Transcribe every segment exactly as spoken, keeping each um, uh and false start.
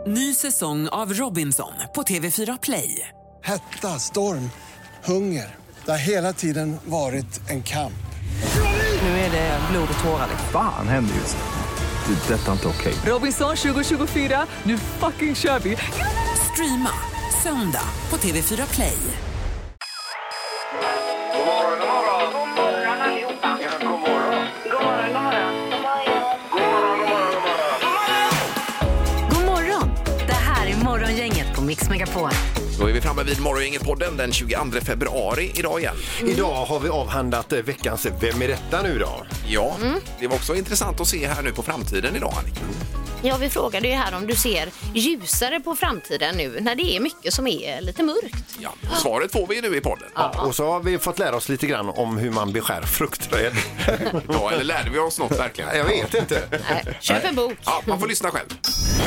Ny säsong av Robinson på T V fyra Play. Hetta, storm, hunger. Det har hela tiden varit en kamp. Nu är det blod och tårar. Fan händer just det. Det är detta inte okej. Robinson tjugo tjugofyra, nu fucking kör vi. Streama söndag på T V fyra Play. God morgon, god morgon. God morgon allihopa. Ja, god morgon. God morgon, god morgon. God morgon, god morgon, god morgon. God morgon! Det här är Morgongänget på Mix Megapol. Då är vi framme vid Morgongänget-podden den tjugoandra februari idag igen. Mm. Idag har vi avhandlat veckans Vem är detta nu då? Ja, mm. Det var också intressant att se här nu på framtiden idag, Annika. Ja, vi frågade ju här om du ser ljusare på framtiden nu när det är mycket som är lite mörkt. Ja, svaret får vi nu i podden. Ja, och så har vi fått lära oss lite grann om hur man beskär fruktträd. Ja, eller lärde vi oss något verkligen? Jag vet inte. Nej, köp en bok. Ja, man får lyssna själv.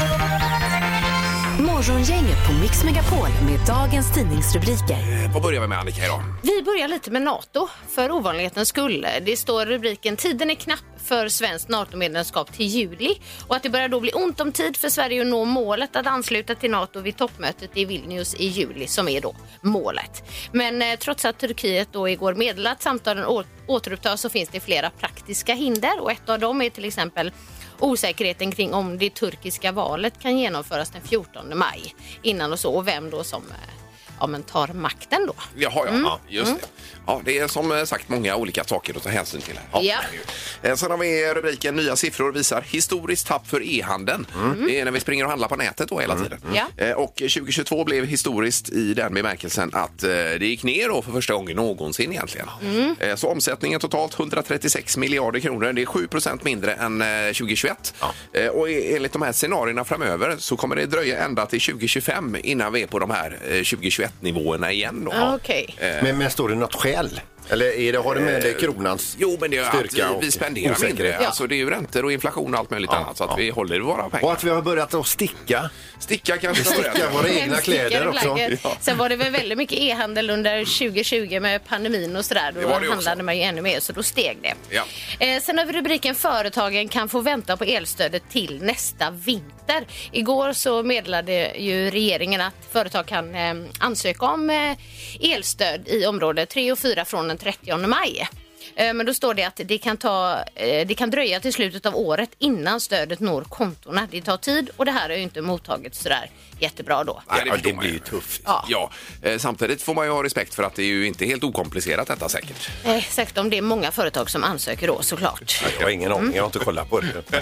Morgongänget på Mix Megapol med dagens tidningsrubriker. Eh, vad börjar vi med, Annika, idag? Vi börjar lite med NATO för ovanlighetens skull. Det står rubriken tiden är knapp för svenskt NATO-medlemskap till juli och att det börjar då bli ont om tid för Sverige att nå målet att ansluta till NATO vid toppmötet i Vilnius i juli, som är då målet. Men eh, trots att Turkiet då igår meddelat att samtalen å- återupptas så finns det flera praktiska hinder, och ett av dem är till exempel osäkerheten kring om det turkiska valet kan genomföras den fjortonde maj innan och så, och vem då som ja, men tar makten då. Jaha, ja, Mm. ja just Mm. det. Ja, det är som sagt många olika saker att ta hänsyn till här. Ja. Eh, Sen har vi rubriken nya siffror visar historiskt tapp för e-handeln. Mm. Det är när vi springer och handlar på nätet då hela tiden. Ja. Eh, Och tjugohundratjugotvå blev historiskt i den bemärkelsen att eh, det gick ner då för första gången någonsin egentligen. Mm. Eh, Så omsättningen totalt hundratrettiosex miljarder kronor. Det är sju procent mindre än eh, tjugohundratjugoett. Ja. Eh, Och e- enligt de här scenarierna framöver så kommer det dröja ända till tjugohundratjugofem innan vi är på de här eh, tjugohundratjugoett-nivåerna igen då. Ja, okej. Eh, Men, men står det något skäl? Eller är det, har det med det kronans Jo, men det är styrka att vi, och vi spenderar mindre. osäkerhet? Ja. Alltså, det är ju räntor och inflation och allt möjligt Ja, annat. Så att ja. vi håller våra pengar. Och att vi har börjat att sticka. Sticka kanske. Sticka våra egna Stickade kläder också. plagget. Ja. Sen var det väl väldigt mycket e-handel under tjugohundratjugo med pandemin och sådär. Då Det var det handlade också. man ju ännu mer, så då steg det. Ja. Eh, sen har vi rubriken företagen kan få vänta på elstödet till nästa vinter. Igår så meddelade ju regeringen att företag kan eh, ansöka om eh, elstöd i område tre och fyra från den trettionde maj. Men då står det att det kan, ta, det kan dröja till slutet av året innan stödet når kontorna. Det tar tid och det här är ju inte mottaget sådär jättebra då. Ja, det Ja, förstår det man blir ju. ju tufft. Ja. Ja, eh, samtidigt får man ju ha respekt för att det är ju inte helt okomplicerat detta säkert. Eh, säkert om det är många företag som ansöker då, såklart. Jag har ingen aning, jag har inte kollat på det.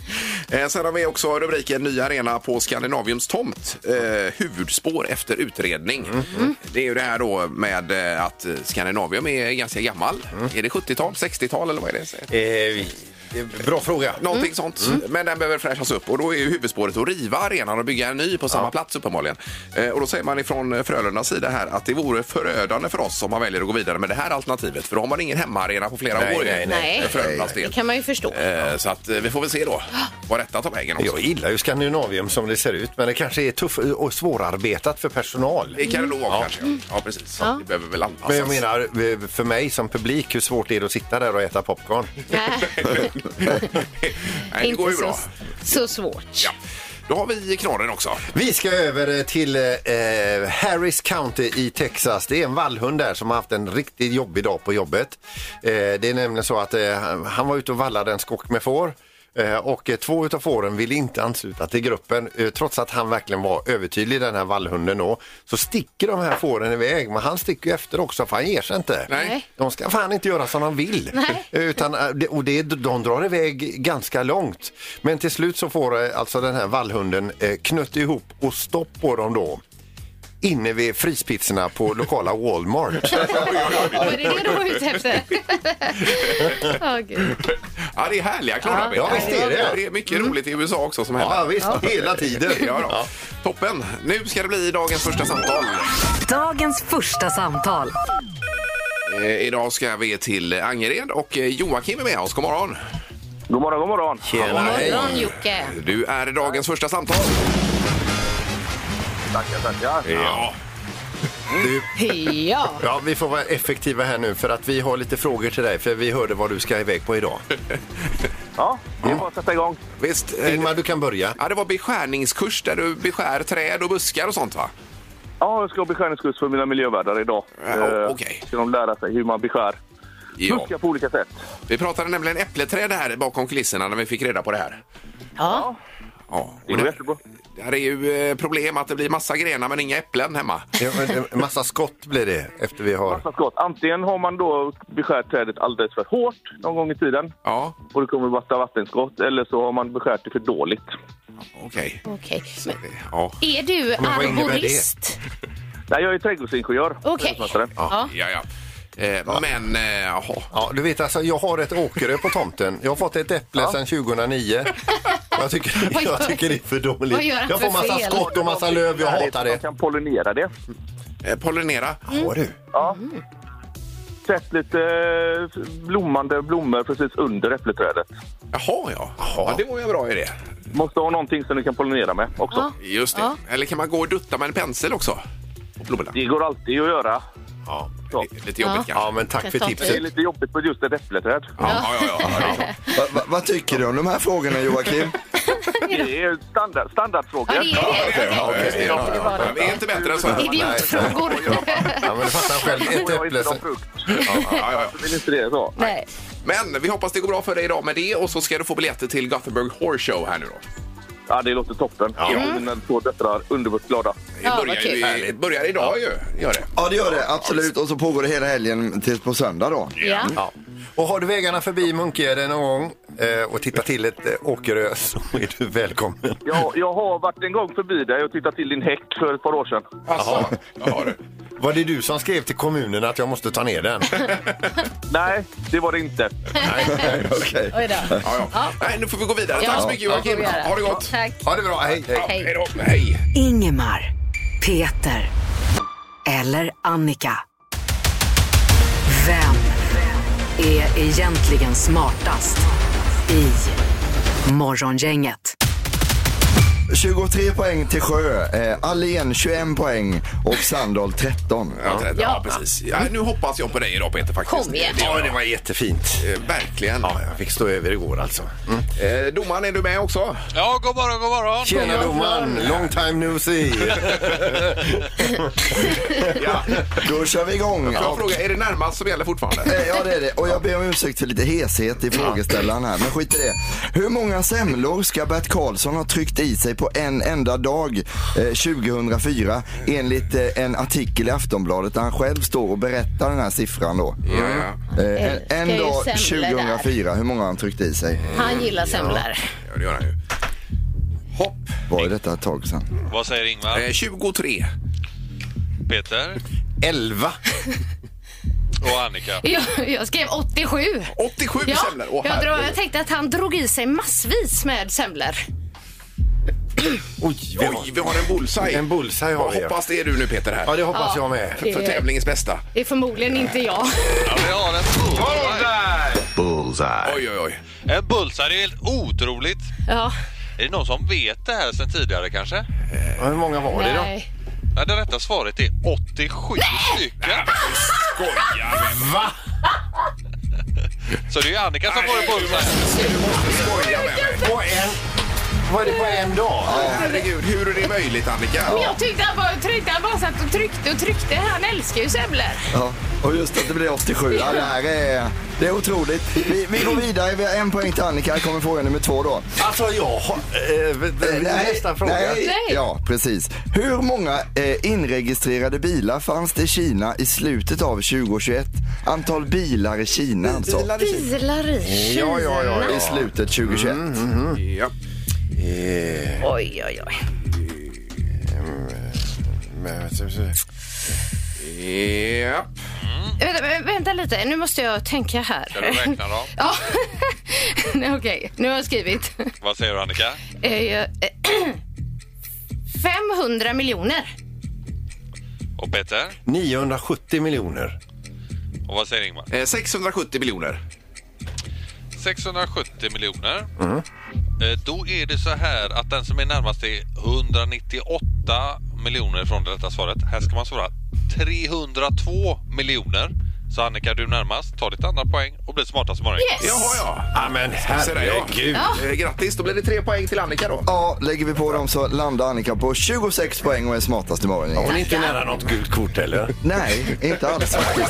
Eh, sen har vi också rubriken Ny arena på Skandinaviums tomt. Eh, huvudspår efter utredning. Mm. Det är ju det här då med eh, att Skandinavium är ganska gammal. Är det sjuttiotal, sextiotal eller vad är det? Eh, bra fråga. Någonting sånt. Men den behöver fräschas upp. Och då är ju huvudspåret att riva arenan och bygga en ny på samma plats uppenbarligen. Eh, och då säger man ifrån Frölundas sida här att det vore förödande för oss om man väljer att gå vidare med det här alternativet. För då har man ingen hemmaarena på flera Nej, år. nej, nej. För Frölundas del. Det kan man ju förstå. Eh, så att eh, vi får väl se då vad detta tar vägen också. Jag gillar ju Skandinavium som det ser ut, men det kanske är tufft och svårarbetat för personal. Det kan det nog vara Ja. kanske. Ja, precis. Ja. Det behöver väl anpassas. Men jag menar, för mig som publik, hur svårt är det att sitta där och äta popcorn? Nej, det går ju Inte bra. så, så svårt. Ja. Då har vi knorren också. Vi ska över till eh, Harris County i Texas. Det är en vallhund där som har haft en riktigt jobbig dag på jobbet. Eh, det är nämligen så att eh, han var ute och vallade en skock med får. Eh, och eh, två utav fåren ville inte ansluta till gruppen eh, trots att han verkligen var övertydlig, den här vallhunden då. Så sticker de här fåren iväg, men han sticker ju efter också för han ger sig inte. Nej. De ska fan inte göra som de vill. Nej. Utan, eh, det- och det, de drar iväg ganska långt. Men till slut så får eh, alltså den här vallhunden eh, knött ihop och stopp på dem då. Inne vid fryspizzorna på lokala Walmart. Var det det du var ute efter? Åh, gud. Ja, det är härliga knorrarbeten. Ja, visst är det. Det är mycket roligt i U S A också som händer. Ja, visst. Hela tiden. Ja, då. Toppen. Nu ska det bli dagens första samtal. Dagens första samtal. Eh, idag ska vi till Angered och eh, Joakim är med oss. God morgon. God morgon, god morgon. Tjena, hej. Morgon, Jocke. Du är dagens första samtal. Tackar, tackar. Ja. Du, Ja. ja, vi får vara effektiva här nu för att vi har lite frågor till dig för vi hörde vad du ska iväg på idag. Ja, det är bara att sätta igång. Visst, eh, Ingmar, du kan börja. ja, det var beskärningskurs där du beskär träd och buskar och sånt, va? Ja, jag ska ha beskärningskurs för mina miljövärdar idag. Ja, Eh, okej. Ska de lära sig hur man beskär Ja. buskar på olika sätt. Vi pratade nämligen äppleträd här bakom kulisserna när vi fick reda på det här. Ja. Ja, Det och går det, jättebra. det är ju eh, problem att det blir massa grenar men inga äpplen hemma. Ja, men en massa skott blir det efter vi har... Massa skott. Antingen har man då beskärt trädet alldeles för hårt någon gång i tiden. Ja, Och det kommer massa vattenskott. Eller så har man beskärt det för dåligt. okej. Okej. Men Ja. är du vad innebär arborist? Nej, jag är trädgårdsingenjör. Okej. Trädgårdsmästare. Ja. Ja, ja. Eh, Men, eh, jaha. Ja, du vet alltså, jag har ett åkerö på tomten. Jag har fått ett äpple sedan tjugohundraniio. Jag tycker, Vad gör- jag tycker det är för dåligt. vad gör han Jag får för massa fel? skott och massa löv, jag hatar Man det. kan pollinera det. Eh, pollinera. Har du? Ja. Sätt lite eh, blommande blommor precis under äppleträdet. Jaha, ja. Ja, det var ju en bra idé. Måste ha någonting som du kan pollinera med också. Ja. Just det. Ja. Eller kan man gå och dutta med en pensel också? På blommorna. Det går alltid att göra. Ja, Så. lite jobbigt Ja. kanske. Ja, men tack för Kan ta Det är tipset. lite jobbigt på just ett äppleträd. Ja, ja, ja, ja, det är klart. Va, va, vad tycker du om de här frågorna, Joakim? Det är standard, standardfrågor. Ja, det är det. Okej, ja, Okej. okej, ja, ja, ja. Vi är inte bättre än så här. Idiotfrågor. Ja, men du fattar själv, ett Får jag äpple... inte sen- någon frukt. Ja, ja, ja. Så vill inte det så. Nej. Men vi hoppas det går bra för dig idag med det och så ska du få biljetter till Gothenburg Horse Show här nu då. Ja, det låter toppen. Ja. Mina två döttrar underbart glada. Det Ja, börjar, vad ju kul. i, börjar idag ju, gör det. Ja, det gör det. Absolut. Och så pågår det hela helgen tills på söndag då. Ja. Ja. Och har du vägarna förbi Munkegärde någon gång eh, och tittat till ett eh, åkerö så är du välkommen. Ja, jag har varit en gång förbi dig och tittat till din häck för ett par år sedan. Alltså, ja, du. Var det du som skrev till kommunen att jag måste ta ner den? Nej, det var det inte. Okej. Oj då. Ja, ja. Nej, nu får vi gå vidare. Ja. Tack så mycket Ja, Joakim. får vi göra. Ha det gott. Tack. Ha det bra, hej. hej. Ja, Hej. hej då. Hej. Ingemar, Peter eller Annika. Vem är egentligen smartast i Morgongänget? tjugotre poäng till Sjö, eh, Alén tjugoen poäng och Sandal tretton. Ja, ja. Ja. precis. Ja, nu hoppas jag på dig idag Peter faktiskt. Kom igen. Det gör Ja, jag. det var jättefint. Eh, Verkligen. Ja, jag fick stå över igår alltså. Mm. Eh, domaren, är du med också? Ja, god morgon, god morgon. Tjena domaren, long time no see. Ja. Då kör vi igång. Får jag Och, fråga, är det närmast som gäller fortfarande? eh, ja, det är det. Och jag ber om ursäkt för lite heshet i frågeställaren här. Men skit i det. Hur många semlor ska Bert Karlsson ha tryckt i sig på en enda dag eh, tjugohundrafyra enligt eh, en artikel i Aftonbladet där han själv står och berättar den här siffran då. Ja, ja. Eh, en Älskar en ju dag semlor tjugohundrafyra, hur många har han tryckt i sig? Han gillar semlor. Ja, det gör han ju. Hopp. Var ju detta ett tag sedan. Vad säger Ingmar? Eh, tjugotre. Peter elva. och Annika? Jag, jag skrev åttiosju. åttiosju Ja, semlor. Åh, jag, drog, herregud. jag tänkte att han drog i sig massvis med semlor. Oj, vi har, Oj, vi har en bullseye. en bullseye har vi. Hoppas det är du nu Peter här. Ja, det hoppas Ja. jag med. För, för tävlingens bästa. Det är förmodligen inte jag. Ja, vi har en bullseye. Bullseye. Oj, oj, oj. En bullseye, det är helt otroligt. Ja, Är det någon som vet det här sedan tidigare kanske? Ja, hur många var det då? nej. Ja, det rätta svaret är åttiosju stycken. Skojar med. Va? Så det är ju Annika som får en bullseye. Du måste skoja med mig. På en... Vad är det på en dag? Ja, herregud, hur är det möjligt Annika? Men jag tyckte han bara, tryckte, han bara satt och tryckte och tryckte. Han älskar ju semlor. Ja, och just att det blir åttiosju. Ja, det här är, det är otroligt. Vi, vi går vidare. Vi har en poäng till Annika. Här kommer fråga nummer två då. Alltså, jag har... Eh, det är nästa fråga. Nej, Nej. ja, precis. Hur många eh, inregistrerade bilar fanns det i Kina i slutet av tjugohundratjugoett? Antal bilar i Kina alltså. Bilar i Kina. Ja, ja, ja, i slutet tjugohundratjugoett. Mm, mm. Ja. Eh, Oj, oj, oj. Ja. Vänta, vä- vänta lite, nu måste jag tänka här. Ska du räkna då? Ja, Nej, okej, nu har jag skrivit. Vad säger du Annika? Eh, jag- eh, femhundra miljoner. Och Peter? niohundrasjuttio miljoner. Och vad säger Ingmar? Eh, sexhundrasjuttio miljoner. sexhundrasjuttio miljoner. Eh, Då är det så här att den som är närmast är etthundranittioåtta miljoner från det rätta svaret. Här ska man svara trehundratvå miljoner. Så Annika, du närmast. Ta ditt andra poäng och bli smartast imorgon. Yes. Jaha, ja. Ja, men herregud. Ja. Grattis, då blir det tre poäng till Annika då. Ja, lägger vi på dem så landar Annika på tjugosex poäng och är smartast imorgon. Hon är inte nära något gult kort eller? Nej, inte alls faktiskt.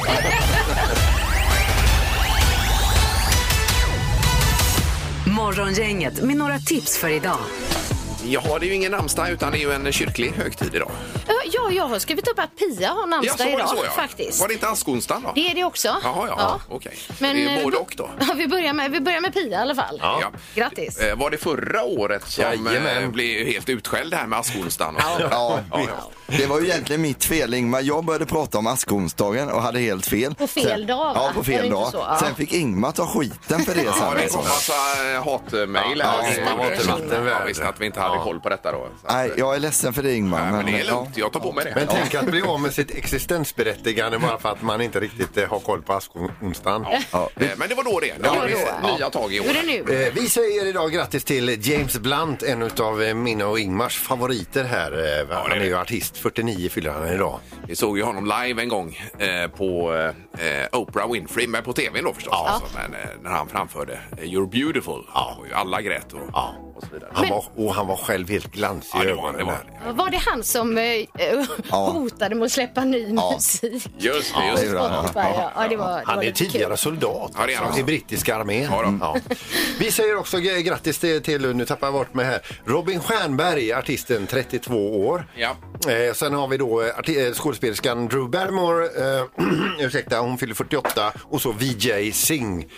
Morgongänget med några tips för idag. Ja, det är ju ingen namnsdag utan det är ju en kyrklig högtid idag. Ja, jag har skrivit upp att Pia har namnsdag ja, idag, så, ja. faktiskt. Var det inte askonsdagen då? Det är det också. Jaha, ja, ja. okej. Men, det är ju både och då. Ja, vi, börjar med, vi börjar med Pia i alla fall. Ja. Ja. Grattis. Eh, var det förra året som Jajamän. eh, blev helt utskälld här med askonsdagen? Ja, ja, ja. Det var ju egentligen mitt fel, Ingmar. Jag började prata om askonsdagen och hade helt fel. På fel sen, dag, va? Ja, på Var det fel inte dag. så? Ja. Sen fick Ingmar ta skiten för det. Ja, sen, det kom massa eh, hatmejl Ja, här. ja, Eh, vatten ja, visst att vi inte hade koll på detta då. Så att, Nej, jag är ledsen för det, Ingmar. nej, men det är ja. lugnt, jag tar på mig det. Men tänk att bli av med sitt existensberättigande bara för att man inte riktigt eh, har koll på askonsdagen. Ja. Eh, Men det var då det. Nu har vi nya tag i år. Hur är det nu? Eh, vi säger idag grattis till James Blunt, en av eh, mina och Ingmars favoriter här. Eh, han är ju artist, fyrtionio fyller han idag. Vi såg ju honom live en gång eh, på eh, Oprah Winfrey, men på tvn då förstås. Ja. Alltså, men eh, när han framförde eh, You're beautiful. Ja. Och ju alla grät och, Ja. och så vidare. Han var, och han var själv helt glansig Ja, i det var, det ögonen. var. Var det han som eh, hotade med att släppa ny Ja. musik? Just det, just det är det. bra. Spotify, ja. Ja, det var, det Han var är lite tidigare kul. soldat Ja, det är han alltså, i också. brittiska armén. Ja, då. Ja. Vi säger också g- grattis till, till, nu tappar jag bort mig här, Robin Stjernberg, artisten, trettiotvå år. Ja. Eh, sen har vi då eh, arti- eh, skådespelerskan Drew Barrymore, eh, ursäkta, hon fyller fyrtioåtta, och så Vijay Singh,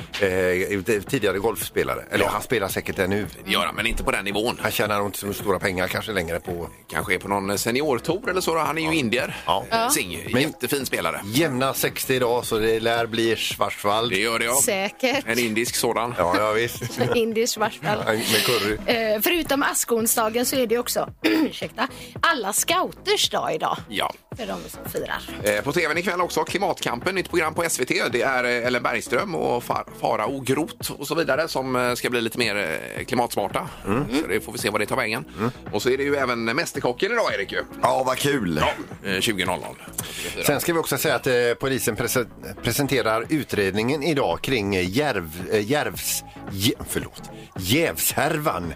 eh, tidigare golfspelare. Eller Ja. han spelar säkert det nu. Det gör han, men inte på den nivån. Han tjänar inte så stora pengar kanske längre på. Kanske är på någon seniortour eller så. Då. Han är ju indier. Ja. Singh, Men- jättefin spelare. Jämna sextio idag så det lär bli Schwarzwald. Det gör det, ja. Säkert. En indisk sådan. Ja, ja visst. Indisk Schwarzwald. Med curry. Eh, förutom askonsdagen så är det också ursäkta, alla scouters dag idag. Ja. För de som firar. Eh, På tvn ikväll också Klimatkampen, nytt program på S V T. Det är eh, Ellen Bergström och Far- Farao Groth och så vidare som eh, ska bli lite mer eh, klimatsmarta. Så det får vi se vad det tar vägen. Och så är det ju även Mästerkocken idag, Erik. ju. Ja, vad kul. Ja, eh, tjugo noll noll. Sen ska vi också säga att eh, polisen prese- presenterar utredningen idag kring eh, järv, eh, järvs, jä, förlåt, jävshärvan.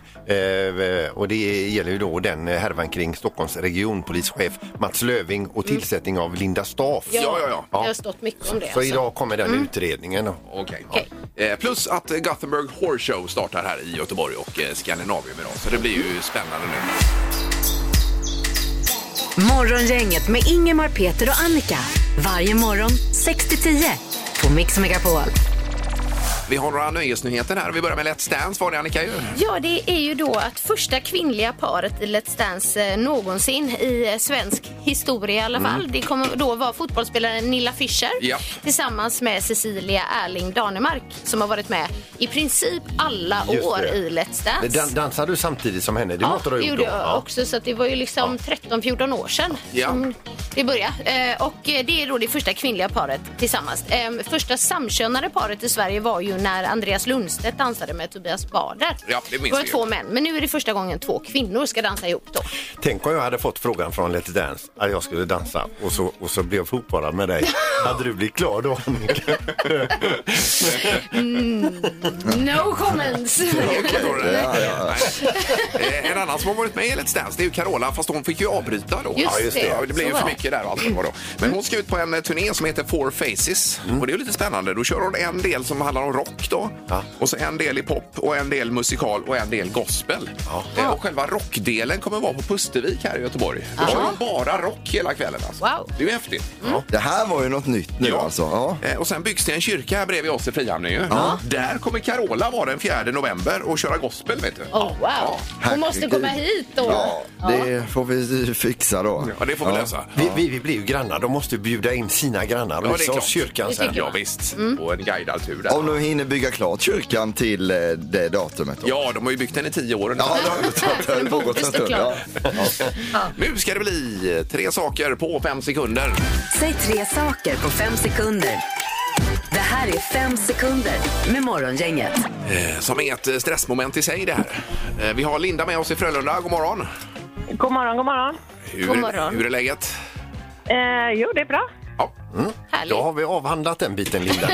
Eh, och det gäller ju då den eh, härvan kring Stockholms regionpolischef Mats Löving och tillsättning av Linda Staff. Ja, ja, ja. Det har stått mycket om det. Så alltså. idag kommer den utredningen. Då. Okej. Okej. Eh, Plus att eh, Gothenburg Horse Show startar här i Göteborg och eh, Skandinavium idag. Så det blir ju spännande nu. Morgongänget med Ingemar, Peter och Annika. Varje morgon sex till tio på Mix Megapol. Vi har några nöjesnyheter här. Vi börjar med Let's Dance. Var det, Annika? Ju? Ja, det är ju då att första kvinnliga paret i Let's Dance eh, någonsin i eh, svensk historia i alla fall. Det kommer då vara fotbollsspelaren Nilla Fischer Ja. tillsammans med Cecilia Erling Danemark som har varit med i princip alla Just år det. i Let's Dance. Dan- dansar du samtidigt som henne? Det Ja, måste du ha det gjort gjorde då. jag Ja. också, så att det var ju liksom tretton fjorton år sedan Ja. som det började. Eh, och eh, det är då det första kvinnliga paret tillsammans. Eh, första samkönade paret i Sverige var ju när Andreas Lundstedt dansade med Tobias Bader. Ja, det minns det var vi ju. två män, men nu är det första gången två kvinnor ska dansa ihop då. Tänk om jag hade fått frågan från Let's Dance att jag skulle dansa och så, och så blev jag fotbollare med dig. Hade du blivit glad då, Annika? No comments! Ja, ja. Eh, En annan som har varit med i Let's Dance, det är ju Carola, fast hon fick ju avbryta då. Just ja, det. Ja, det blev ju Så för var mycket där och allt vad det var. Men hon ska ut på en eh, turné som heter Four Faces. Och det är ju lite spännande. Då kör hon en del som handlar om rock då. Ja. Och så en del i pop och en del musikal och en del gospel. Eh, Och själva rockdelen kommer vara på Pustervik här i Göteborg. Då kör hon bara rock hela kvällen alltså. Wow. Det är ju häftigt. Det här var ju något nytt nu Ja. alltså. Ja. Eh, Och sen byggs det en kyrka här bredvid oss i Frihamnen ju. Där kommer Carola vara den fjärde november och köra gospel, vet du. Oh, wow. Hon måste herregud. komma hit då. Ja, det får vi fixa då. Ja, det får vi lösa. Vi, vi, vi blir ju grannar, de måste bjuda in sina grannar och Ja, det är visa klart. oss kyrkan Det sen. tycker jag. Ja, visst. Och en guidad tur där. Om de hinner bygga klart kyrkan till eh, det datumet då. Ja, de har ju byggt den i tio år. Ja, det har ju- det har ju pågått en stund. Ja. Nu ska det bli tre saker på fem sekunder. Säg tre saker på fem sekunder. Det här är fem sekunder med Morgongänget. Eh, Som är ett eh, stressmoment i sig det här. Eh, Vi har Linda med oss i Frölunda. God morgon. God morgon, god morgon. Hur, God morgon. hur är läget? Eh, jo, det är bra. Ja. Härligt. Då har vi avhandlat den biten, Linda.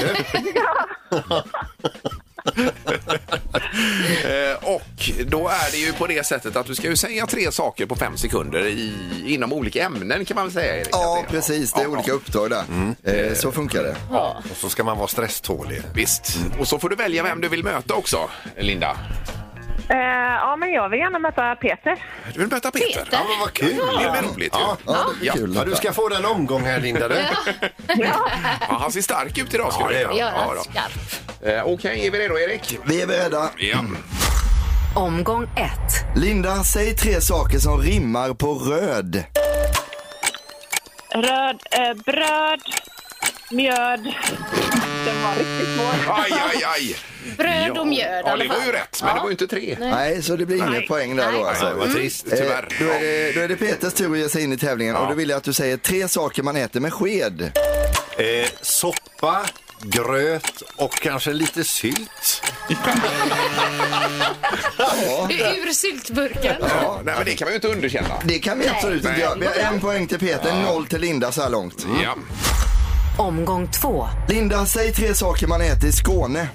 Eh, och då är det ju på det sättet att du ska ju säga tre saker på fem sekunder i, inom olika ämnen, kan man väl säga, Erik? Ja, precis. Det är olika uppdrag där. Mm. Eh, så funkar det. Ja. Och så ska man vara stresstålig. Visst. Och så får du välja vem du vill möta också, Linda. Uh, ja, men jag vill gärna möta Peter. Du vill möta Peter? Peter? Ja, men vad kul. Det blir roligt ju. Ja, Ja, det blir kul. Ja, du ska få den omgång här, Linda. Du. Ja, han ser stark ut idag, ska Ja, du det gör han. Göra Ja, då. skarp. Eh, Okej, är vi redo, Erik? Vi är beredda. Ja. Omgång ett. Linda, säg tre saker som rimmar på röd. Röd, eh, bröd, mjöd. Den var riktigt svår. Aj, aj, aj. Bröd och mjöd. Ja, det var ju rätt, men det var ju inte tre. Nej, så det blir inget poäng där då alltså. Det var trist, Eh, tyvärr. då, är det, då är det Peters tur att ge sig in i tävlingen Ja. och då vill jag att du säger tre saker man äter med sked. Eh, soppa, gröt och kanske lite sylt. Ur syltburken. Ja, nej, men det kan man ju inte underkänna. Det kan vi absolut inte Nej. göra. Vi har en poäng till Peter, noll till Linda så här långt. Ja. Omgång två. Linda, säg tre saker man äter i Skåne.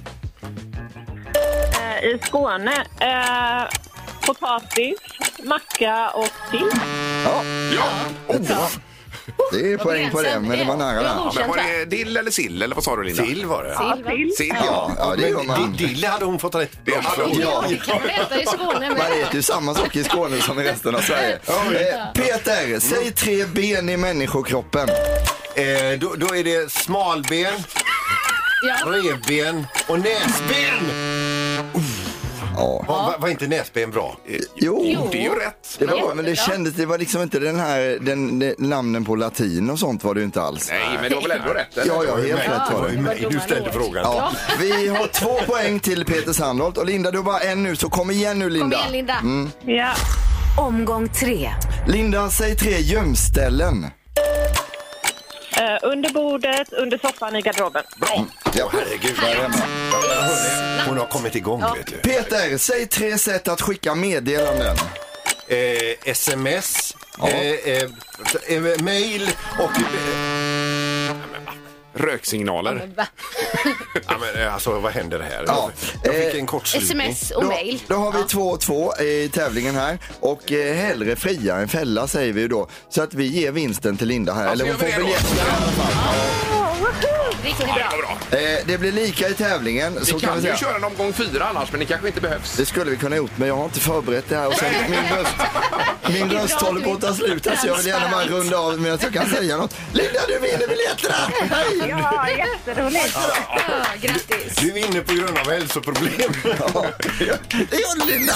Eh, I Skåne, eh, potatis, macka och sill. Ja, Ja. Oh. det är poäng på det, men det var nära där. Ja, men var det dill eller sill, eller vad sa du, Linda? Sill var det. Sill, Sill, Ja, ja. ja, det gör Men man. di- dill hade hon fått rätt. Det hade hon. Ja. Det kan man äta i Skåne Man med. äter ju samma sak i Skåne som i resten av Sverige. Eh, Peter, säg tre ben i människokroppen. Eh, då, då är det smalben, Ja. revben och näsben. Ja. Var, var, var inte näsben bra? Jo, Det är ju rätt. det var, men det kändes, det var liksom inte den här, den, den, namnen på latin och sånt var det ju inte alls. Nej, men det var väl ändå rätt, eller? Ja, ja, helt rätt var det. Nej, du ställde frågan. Ja, vi har två poäng till Peter Sandholt och Linda, du har bara en nu, så kom igen nu Linda. Kom igen, Linda. Mm. Ja. Omgång tre. Linda, säg tre gömställen. Eh, under bordet, under soffan, i garderoben. Bra. Ja, Herregud, där hemma. hon har kommit igång, vet du. Peter, säg tre sätt att skicka meddelanden. Eh, sms, Ja. eh, eh, eh, mail och... Eh, Röksignaler. ja, men, eh, alltså, vad händer här? Ja. Jag fick Eh, en kort slutning. Sms och Då, mail. då har vi två två i tävlingen här och eh, hellre fria än fälla säger vi ju då. Så att vi ger vinsten till Linda här. Eller hon gör vi får det då? biljetter i alla fall. Riktigt Ja, bra. det var bra. Eh, det blir lika i tävlingen. Vi Så kan kan vi ju säga. köra en omgång fyra annars, men det kanske inte behövs. Det skulle vi kunna gjort, men jag har inte förberett det här. Och sen, min röst, min röst håller på att ta slut här, så jag vill gärna bara runda av med att jag kan säga något. Linda, du vinner biljetterna! Hej! Ja, jätteroligt. Ja, grattis. Du är inne på grund av hälsoproblem. Ja, det gör Linda!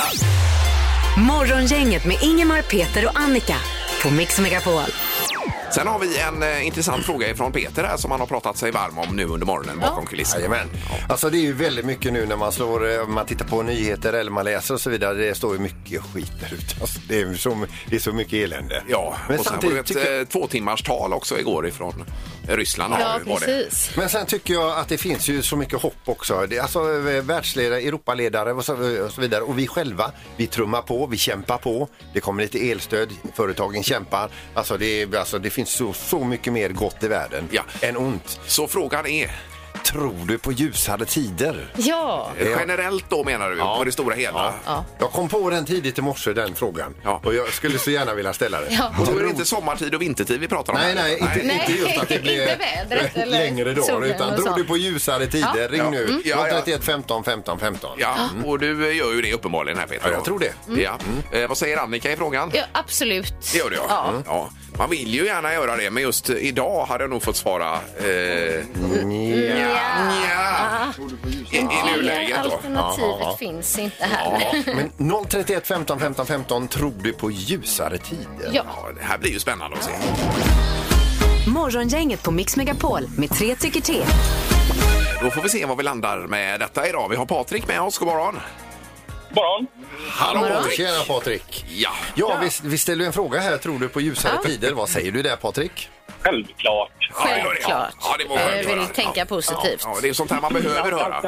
Morgongänget med Ingemar, Peter och Annika på Mix Megapol. Sen har vi en eh, intressant fråga ifrån Peter här som han har pratat sig varm om nu under morgonen bakom kulisserna. Jajamän. Alltså det är ju väldigt mycket nu när man slår, eh, man tittar på nyheter eller man läser och så vidare. Det står ju mycket skit där ute. Alltså, det, är så, det är så mycket elände. Ja, men och sen var det samtidigt ett tycker jag... eh, två timmars tal också igår ifrån Ryssland. Ja, var det. precis. Men sen tycker jag att det finns ju så mycket hopp också. Det är alltså eh, världsledare, Europaledare och så, och så vidare. Och vi själva, vi trummar på, vi kämpar på. Det kommer lite elstöd, företagen kämpar. Alltså det, är, alltså det finns så, så mycket mer gott i världen Ja. än ont. Så frågan är, Tror du på ljusare tider? Ja. eh, generellt då menar du, på det stora hela? Ja. Jag kom på den tidigt i morse, den frågan. Ja. Och jag skulle så gärna vilja ställa den. Ja. Och då är det inte sommartid och vintertid vi pratar om Nej, här. nej, inte, Nej. inte just att det blir Inte vädret eller längre dagar, solen utan och tror så. du på ljusare tider? Ja. Ring Ja. nu. Mm. Ja, noll ja. tre ett femton femton femton. Ja, och du gör ju det uppenbarligen här, Peter. Ja, jag tror det. Ja. Eh, vad säger Annika i frågan? Ja, absolut. Det gör du, ja. Ja. Mm. Ja. Man vill ju gärna göra det, men just idag hade jag nog fått svara eh, ja. I, i nuläget då. Alternativet finns inte här. Men noll tre ett femton femton femton, tror du på ljusare tider? Ja. Ja, det här blir ju spännande att se. Morgongänget på Mix Megapol med tre tycker till. Då får vi se vad vi landar med detta idag. Vi har Patrik med oss. God morgon. Morgon. Hallå, Patrik. Tjena Patrik. Ja. Ja, vi, vi ställer en fråga här. Tror du på ljusare Ja. tider? Vad säger du där, Patrik? Självklart. Ja, det gör det, ja. Självklart. Ja, det var skönt Jag att vill höra. tänka Ja. positivt. Ja, det är sånt här man behöver höra.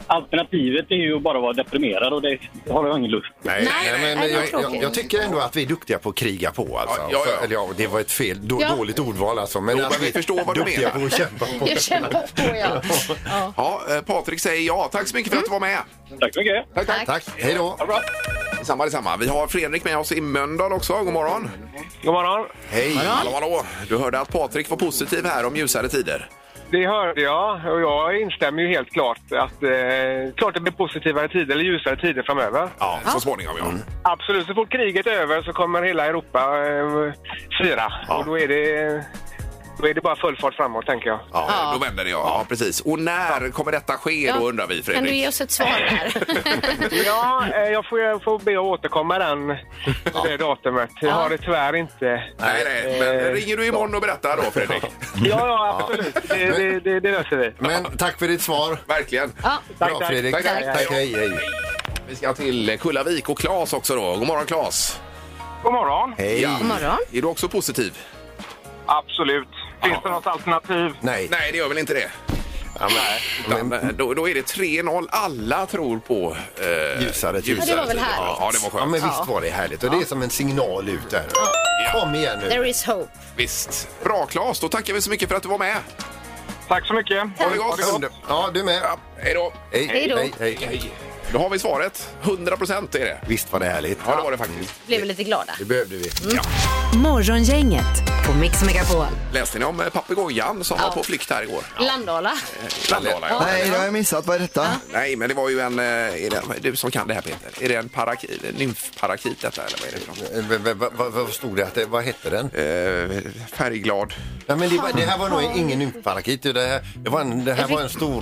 alternativet är ju att bara vara deprimerad och det har jag ingen lust. Nej, nej, nej men jag, jag, jag tycker ändå att vi är duktiga på att kriga på. Alltså. Ja, ja, ja. För, eller ja, det var ett fel, då, Ja. dåligt ordval alltså. Men, Jo, att men vi förstår vad du duktiga menar. på att kämpa på. Jag kämpar på, ja. ja. Ja, eh, Patrik säger ja. Tack så mycket för att du var med. Tack så mycket. Tack, tack. Tack, hej då. Ha det bra. Samma, detsamma. Vi har Fredrik med oss i Mölndal också. God morgon. God morgon. Hej. Hallå, hallå. Du hörde att Patrik var positiv här om ljusare tider. Det hörde jag och jag instämmer ju helt klart att eh, klart det blir positivare tider eller ljusare tider framöver. Ja, så småningom, ja. Mm. Absolut, så fort kriget är över så kommer hela Europa eh, fira. Ja. Och då är det... Då är det bara full fart framåt, tänker jag. Ja, Ja. då vänder det, ja. Ja, precis. Och när kommer detta ske, då undrar vi, Kan Fredrik? du ge oss ett svar där? Ja, eh, jag får, jag får be att återkomma den, det datumet. Jag har det tyvärr inte. Nej, nej. Men ringer du imorgon och berättar då, Fredrik? Ja, ja, absolut. Det, det, det, det löser vi. Men tack för ditt svar. Verkligen. Ja. Bra, tack. Fredrik. Tack, tack. tack hej, hej. Vi ska till Kullavik och Claes också då. God morgon, Claes. God morgon. Hej. Ja. God morgon. Är du också positiv? Absolut. Finns det något alternativ? Nej. Nej, det gör väl inte det. Ja, men, Utan, då, då är det tre noll. Alla tror på eh, Ljusare tider. Ja, det var väl tider. härligt. Ja, ja, det var ja, skönt. men visst var det härligt. Och det är som en signal ut där. Kom igen nu. There is hope. Visst. Bra, Claes. Då tackar vi så mycket för att du var med. Tack så mycket. Ha det gott. Under- Ja, du med. Ja, hej då. Hej, Hej då. hej, hej. Hej. Då har vi svaret. hundra procent är det. Visst var det härligt. Ja, det var det faktiskt. Blev vi lite glada. Det behövde vi. Ja. Morgongänget på Mix Megapol. Läste ni om eh, papegojan som var på flykt här igår? Landala. Landala, ja. Nej, det har jag missat. Vad är detta? Nej, men det var ju en... eh, Är det, du som kan det här, Peter. Är det en parakit, en nymfparakit detta, eller vad är det för något? Eh, v- v- v- Vad stod det? Att det? Vad hette den? Eh, färgglad. Ja, men det, var, det här var nog ingen nymfparakit. Det här, det var en, det här var en stor...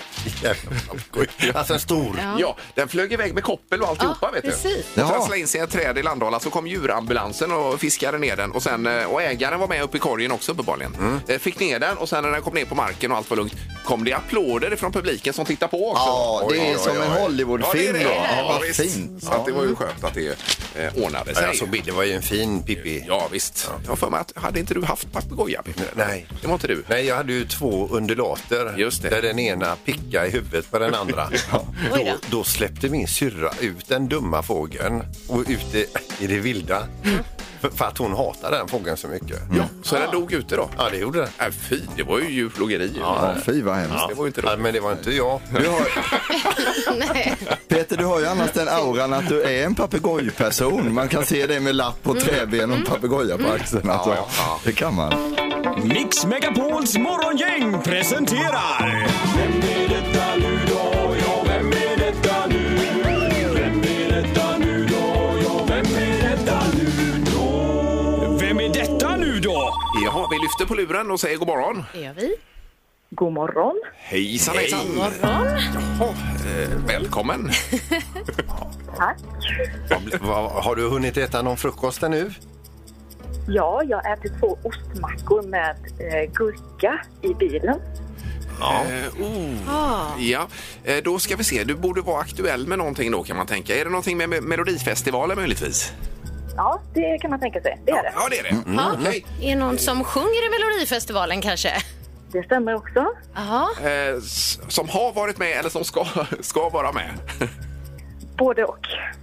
Alltså en stor... Ja, den flög iväg med koppel och alltihopa, Ja, vet du. precis. Och Jaha. trasslade in sig i ett träd i Landala, så kom djurambulansen och fiskade ner den. Och, sen, eh, och ägaren var med uppe i korgen också uppenbarligen. Mm. Fick ner den och sen när den kom ner på marken och allt var lugnt kom det applåder från publiken som tittar på också. Ja, det Oj, är oj, som oj, en oj. Hollywoodfilm Ja, det är det. då. Ja, Ja, vad visst. fint. Så att det var ju skönt att det eh, ordnade sig. Ja, alltså, det var ju en fin Pippi. Ja, visst. Jag har för mig att, hade inte du haft papegoja, Peter? Nej. Det var inte du. Nej, jag hade ju två undulater. Just det. Där den ena pickade i huvudet på den andra. Oj då, då. då släppte min syrra ut den dumma fågeln och ute i det vilda. För, för att hon hatar den fågeln så mycket. Ja, så den dog ute då? Ja, det gjorde den. Äh, fy, det var ju djurplågeri. Ja, fy vad hemskt. Det var ju inte Ja, roligt. men det var inte jag. Du har, Nej. Peter, du har ju annars den auran att du är en papegojperson. Man kan se det med lapp och träben och en papegoja på axeln. Alltså. Ja, ja. Det kan man. Mix Megapols morgongäng presenterar... Vem är detta nu då? Ja, vem är detta nu? Vem är detta nu då? Ja, vem är detta nu då? Vem är detta nu då? Jaha, vi lyfter på luren och säger god morgon. Det gör vi. God morgon. Hejsan, God hejsan. morgon. Jaha, eh, välkommen. Tack. Vad- vad- Har du hunnit äta någon frukost nu? Ja, jag äter två ostmackor med eh, gurka i bilen. Ja. Eh, oh. Ja, eh, då ska vi se. Du borde vara aktuell med någonting då, kan man tänka. Är det någonting med med Melodifestivalen möjligtvis? Ja, det kan man tänka sig. Det är det. Ja, det är det. Mm. Ja. Okej. Är det någon som sjunger i Melodifestivalen kanske? Det stämmer också. Jaha. Eh, s- som har varit med eller som ska, ska vara med? Både och.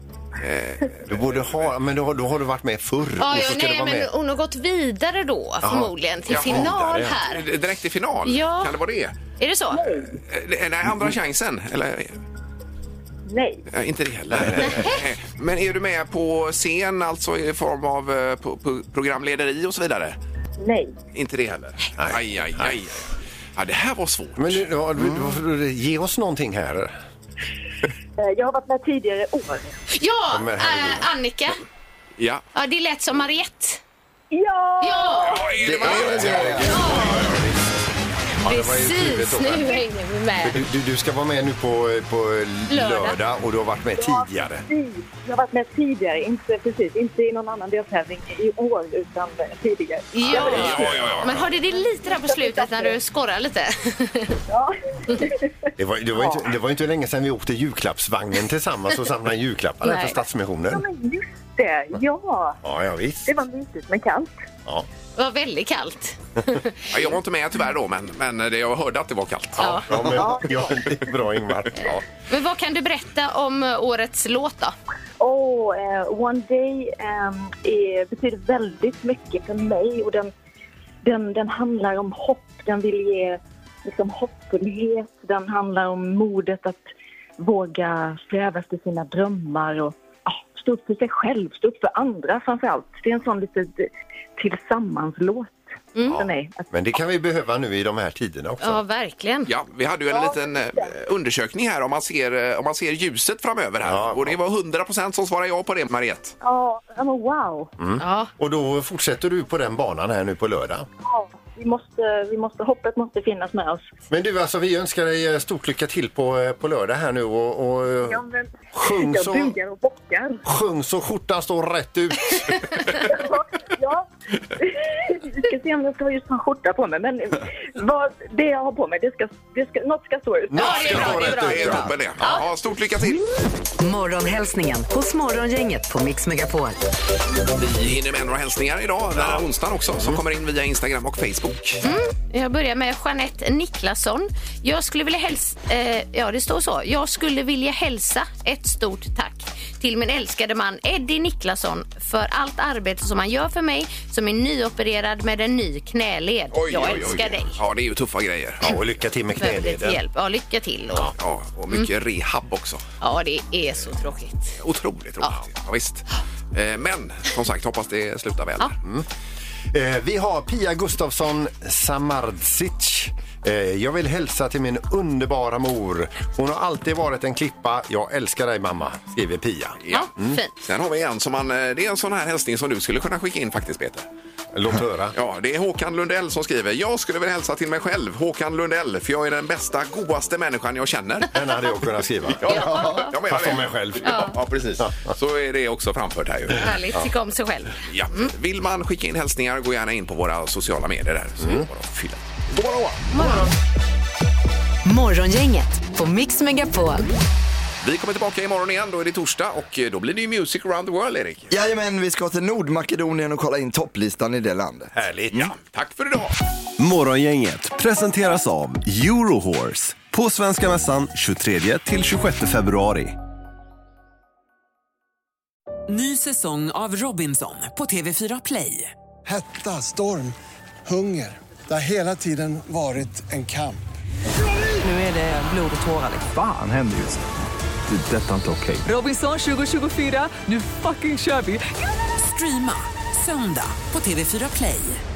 Du borde ha, men då, har- då har du varit med förr. Ja, och ja, så ska du nej, vara men med. hon har gått vidare då förmodligen till Jaha, final vidare. här. Direkt i final? Ja. Kan det vara det? Är det så? Eh, Nej, andra chansen? Eller? Nej. Eh, inte det heller. Eh, Men är du med på scen, alltså i form av eh, på, på programlederi och så vidare? Nej. Inte det heller? Aj, aj, aj, aj. Ja, det här var svårt. Men du, ja, du, du, ge oss någonting här. Eh, Jag har varit med tidigare år. Ja, men herregud. äh, Annika. Ja. Ja, det lät som Mariette. Ja! Ja, Ja, är det Det Mariette? är det. Ja, det var ju tydligt precis. också. Nu hänger vi med. Du, du, du ska vara med nu på, på lördag. Lördag. Och du har varit med tidigare. Jag har varit med tidigare, inte precis, inte i någon annan deltävling i år utan tidigare. Ja. Ja, ja, ja. Men hörde det lite där på slutet när du skorrar lite? Ja. Det var, det, var inte, det var inte länge sedan vi åkte julklappsvagnen tillsammans och samlade julklappar Nej. för Ja, Stadsmissionen. men just det. Ja. Ja, ja visst. Det var mysigt men kallt. Ja. Det var väldigt kallt. Ja, jag var inte med tyvärr då, men, men det, jag hörde att det var kallt. Ja. Ja, men, ja, det är bra Ingmar. Ja. Men vad kan du berätta om årets låt då? Oh, uh, One Day um, är, betyder väldigt mycket för mig och den, den, den handlar om hopp. Den vill ge liksom, hoppfullhet. Den handlar om modet att våga sträva efter sina drömmar och ja, stå upp för sig själv, stå upp för andra framförallt. Det är en sån lite tillsammanslåt mm. för mig. Men det kan vi behöva nu i de här tiderna också. Ja, verkligen. Ja, vi hade ju en liten eh, undersökning här om man ser, eh, om man ser ljuset framöver här. Ja, och det var hundra procent som svarade ja på det, Mariette. Ja, men wow. Mm. Ja. Och då fortsätter du på den banan här nu på lördag. Ja, vi måste, vi måste, hoppet måste finnas med oss. Men du, alltså vi önskar dig stort lycka till på, på lördag här nu och, och ja, men, sjung, jag så, bugar och bockar. sjung så skjortan står rätt ut. Ja, vi ska se om jag ska ha just en skjorta på mig. Men vad, det jag har på mig, det ska, det ska, något ska stå ut. Något Ja, det är ska bra, stå det är rätt bra, ut. Det är toppen det. Ja, ja, stort lycka till. Morgonhälsningen hos Morgongänget på Mix Megapol. Vi hinner med några hälsningar idag, den här onsdagen också, som kommer in via Instagram och Facebook. Mm. Jag börjar med Jeanette Niklasson. Jag skulle vilja hälsa, eh, ja det står så. Jag skulle vilja hälsa ett stort tack till min älskade man Eddie Niklasson för allt arbete som han gör för mig som är nyopererad med en ny knäled. Oj, jag oj, oj, älskar oj. dig. Ja, det är ju tuffa grejer. Ja, och lycka till med Väldigt knäleden. hjälp. Ja, lycka till. Och, ja. Ja, och mycket rehab också. ja, det är så tråkigt. Otroligt tråkigt. Ja. Ja, visst. Eh, Men som sagt, hoppas det slutar väl. Ja. Mm. Eh, vi har Pia Gustafsson Samardzic. Eh, jag vill hälsa till min underbara mor. Hon har alltid varit en klippa. Jag älskar dig mamma, skriver Pia. Ja, fint. Sen har vi en som man, det är en sån här hälsning som du skulle kunna skicka in faktiskt, Peter. Låt höra. Ja, det är Håkan Lundell som skriver. Jag skulle vilja hälsa till mig själv, Håkan Lundell, för jag är den bästa, godaste människan jag känner. Den hade jag kunnat skriva. Ja, jag menar Fast det. om mig själv. Ja, ja, precis. Så är det också framfört här ju. Härligt, tycka om sig själv. Ja. Vill man skicka in hälsningar, gå gärna in på våra sociala medier där. Så mm. bara fylla. God morgon. Morgon. Morgongänget på Mix Megapol. Vi kommer tillbaka imorgon igen, då är det torsdag och då blir det ju Music around the world, Erik. Jajamän, vi ska till Nordmakedonien och kolla in topplistan i det landet. Härligt. Ja, tack för idag. Morgongänget presenteras av Eurohorse på Svenska Mässan tjugotredje till tjugosjätte februari. Ny säsong av Robinson på T V fyra Play. Hetta, storm, hunger. Det har hela tiden varit en kamp. Nu är det blod och tårar. Fan händer just det. Det är detta inte okej. Robinson tjugo tjugofyra, nu fucking kör vi. Streama söndag på T V fyra Play.